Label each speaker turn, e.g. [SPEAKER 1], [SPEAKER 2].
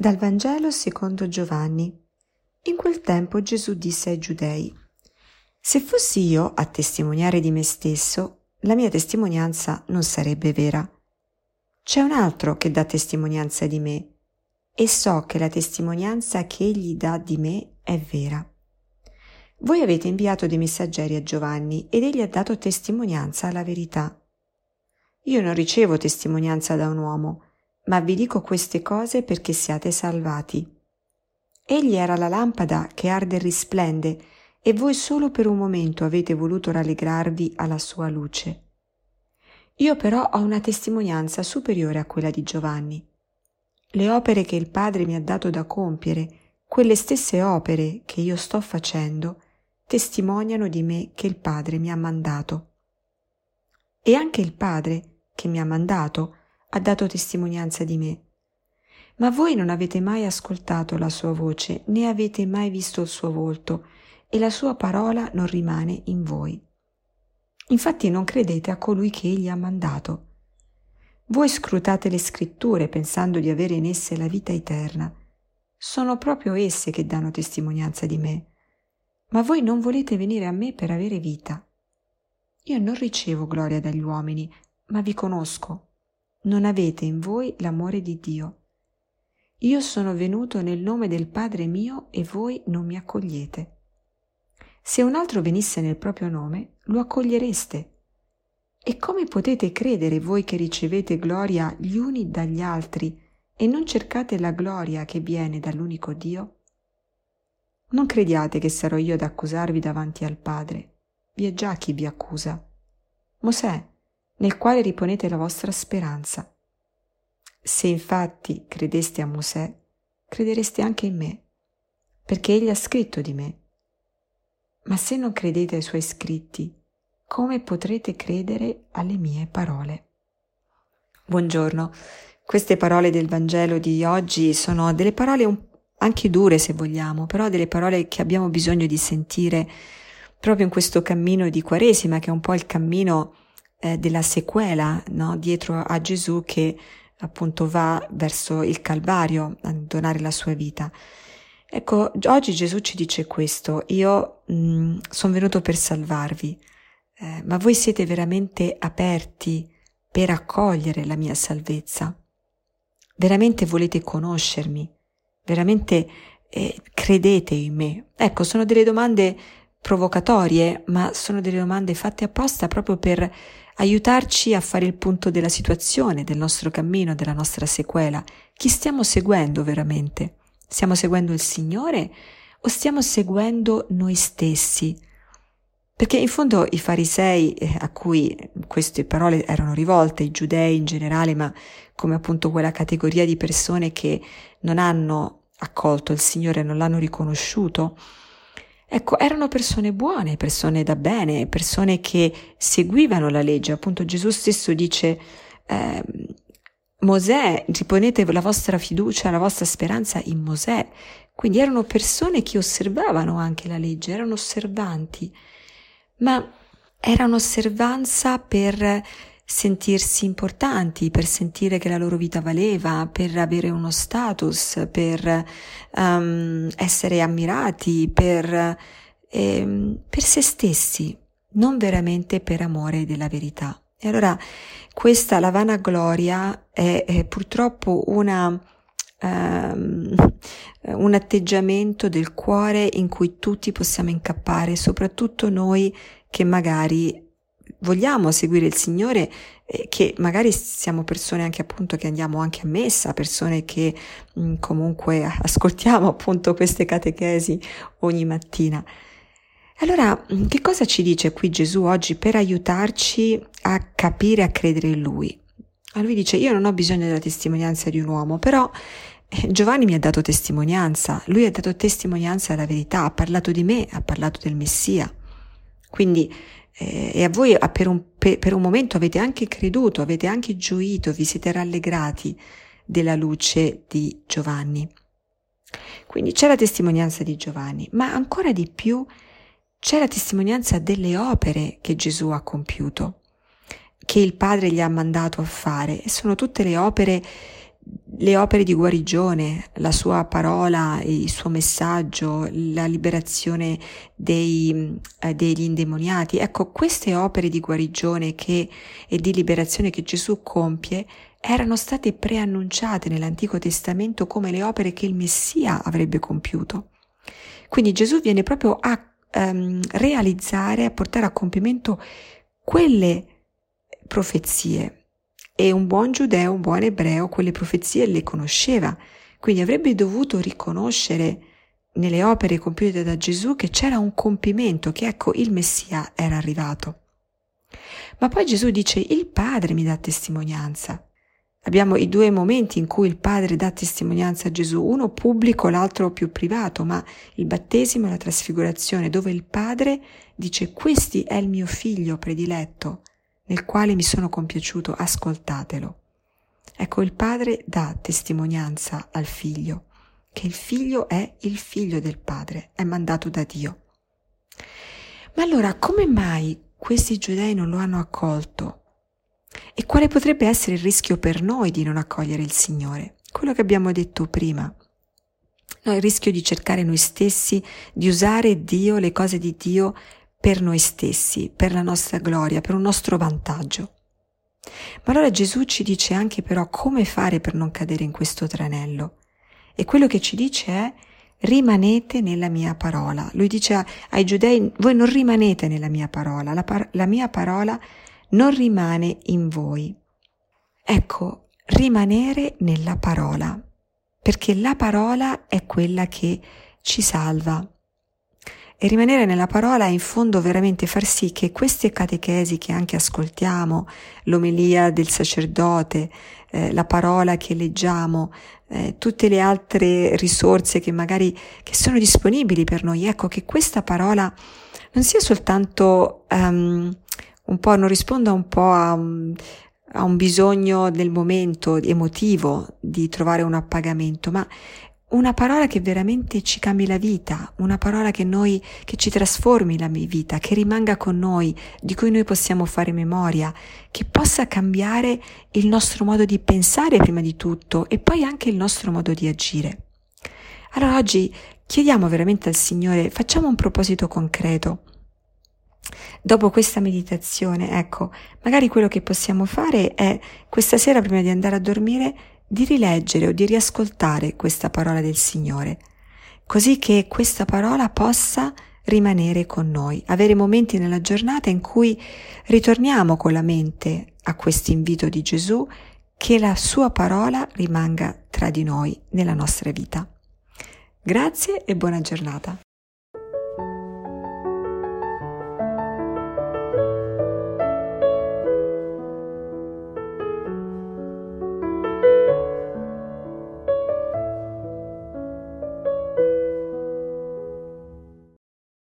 [SPEAKER 1] Dal Vangelo secondo Giovanni. In quel tempo Gesù disse ai Giudei: Se fossi io a testimoniare di me stesso, la mia testimonianza non sarebbe vera. C'è un altro che dà testimonianza di me, e so che la testimonianza che egli dà di me è vera. Voi avete inviato dei messaggeri a Giovanni ed egli ha dato testimonianza alla verità. Io non ricevo testimonianza da un uomo, ma vi dico queste cose perché siate salvati. Egli era la lampada che arde e risplende, e voi solo per un momento avete voluto rallegrarvi alla sua luce. Io però ho una testimonianza superiore a quella di Giovanni. Le opere che il Padre mi ha dato da compiere, quelle stesse opere che io sto facendo, testimoniano di me che il Padre mi ha mandato. E anche il Padre, che mi ha mandato, ha dato testimonianza di me. Ma voi non avete mai ascoltato la sua voce, né avete mai visto il suo volto, e la sua parola non rimane in voi. Infatti non credete a colui che egli ha mandato. Voi scrutate le scritture pensando di avere in esse la vita eterna. Sono proprio esse che danno testimonianza di me. Ma voi non volete venire a me per avere vita. Io non ricevo gloria dagli uomini, ma vi conosco. Non avete in voi l'amore di Dio. Io sono venuto nel nome del Padre mio e voi non mi accogliete. Se un altro venisse nel proprio nome, lo accogliereste. E come potete credere voi che ricevete gloria gli uni dagli altri e non cercate la gloria che viene dall'unico Dio? Non crediate che sarò io ad accusarvi davanti al Padre. Vi è già chi vi accusa. Mosè, nel quale riponete la vostra speranza. Se infatti credeste a Mosè, credereste anche in me, perché egli ha scritto di me. Ma se non credete ai suoi scritti, come potrete credere alle mie parole? Buongiorno, queste parole del Vangelo di oggi sono delle parole anche dure se vogliamo, però delle parole che abbiamo bisogno di sentire proprio in questo cammino di Quaresima, che è un po' il cammino della sequela, no? Dietro a Gesù che appunto va verso il Calvario a donare la sua vita. Ecco, oggi Gesù ci dice questo: io sono venuto per salvarvi, ma voi siete veramente aperti per accogliere la mia salvezza? Veramente volete conoscermi? Veramente credete in me? Ecco, sono delle domande provocatorie, ma sono delle domande fatte apposta proprio per aiutarci a fare il punto della situazione, del nostro cammino, della nostra sequela. Chi stiamo seguendo veramente? Stiamo seguendo il Signore o stiamo seguendo noi stessi? Perché in fondo i farisei a cui queste parole erano rivolte, i giudei in generale, ma come appunto quella categoria di persone che non hanno accolto il Signore, non l'hanno riconosciuto, ecco, erano persone buone, persone da bene, persone che seguivano la legge. Appunto Gesù stesso dice: Mosè, riponete la vostra fiducia, la vostra speranza in Mosè. Quindi erano persone che osservavano anche la legge, erano osservanti, ma era un'osservanza per sentirsi importanti, per sentire che la loro vita valeva, per avere uno status, per essere ammirati, per se stessi, non veramente per amore della verità. E allora questa, la vanagloria, è purtroppo un atteggiamento del cuore in cui tutti possiamo incappare, soprattutto noi che magari vogliamo seguire il Signore, che magari siamo persone anche appunto che andiamo anche a messa, persone che comunque ascoltiamo appunto queste catechesi ogni mattina. Allora, che cosa ci dice qui Gesù oggi per aiutarci a capire, a credere in Lui? Lui dice: io non ho bisogno della testimonianza di un uomo, però Giovanni mi ha dato testimonianza, lui ha dato testimonianza alla verità, ha parlato di me, ha parlato del Messia. Quindi, e a voi per un momento avete anche creduto, avete anche gioito, vi siete rallegrati della luce di Giovanni. Quindi c'è la testimonianza di Giovanni, ma ancora di più c'è la testimonianza delle opere che Gesù ha compiuto, che il Padre gli ha mandato a fare, e sono tutte le opere le opere di guarigione, la sua parola, il suo messaggio, la liberazione degli indemoniati. Ecco, queste opere di guarigione e di liberazione che Gesù compie erano state preannunciate nell'Antico Testamento come le opere che il Messia avrebbe compiuto. Quindi Gesù viene proprio a realizzare, a portare a compimento quelle profezie. E un buon giudeo, un buon ebreo, quelle profezie le conosceva, quindi avrebbe dovuto riconoscere nelle opere compiute da Gesù che c'era un compimento, che ecco il Messia era arrivato. Ma poi Gesù dice: il Padre mi dà testimonianza. Abbiamo i due momenti in cui il Padre dà testimonianza a Gesù, uno pubblico, l'altro più privato, ma il battesimo e la trasfigurazione, dove il Padre dice: questi è il mio figlio prediletto, nel quale mi sono compiaciuto, ascoltatelo. Ecco, il Padre dà testimonianza al Figlio, che il Figlio è il Figlio del Padre, è mandato da Dio. Ma allora, come mai questi giudei non lo hanno accolto? E quale potrebbe essere il rischio per noi di non accogliere il Signore? Quello che abbiamo detto prima. Il rischio di cercare noi stessi, di usare Dio, le cose di Dio, per noi stessi, per la nostra gloria, per un nostro vantaggio. Ma allora Gesù ci dice anche però come fare per non cadere in questo tranello. E quello che ci dice è: rimanete nella mia parola. Lui dice ai giudei: voi non rimanete nella mia parola, la mia parola non rimane in voi. Ecco, rimanere nella parola, perché la parola è quella che ci salva. E rimanere nella parola è in fondo veramente far sì che queste catechesi che anche ascoltiamo, l'omelia del sacerdote, la parola che leggiamo, tutte le altre risorse che magari che sono disponibili per noi, ecco, che questa parola non sia soltanto non risponda un po' a un bisogno del momento emotivo di trovare un appagamento, ma una parola che veramente ci cambi la vita, una parola che ci trasformi la vita, che rimanga con noi, di cui noi possiamo fare memoria, che possa cambiare il nostro modo di pensare prima di tutto e poi anche il nostro modo di agire. Allora oggi chiediamo veramente al Signore, facciamo un proposito concreto. Dopo questa meditazione, ecco, magari quello che possiamo fare è questa sera prima di andare a dormire di rileggere o di riascoltare questa parola del Signore, così che questa parola possa rimanere con noi, avere momenti nella giornata in cui ritorniamo con la mente a questo invito di Gesù, che la sua parola rimanga tra di noi nella nostra vita. Grazie e buona giornata.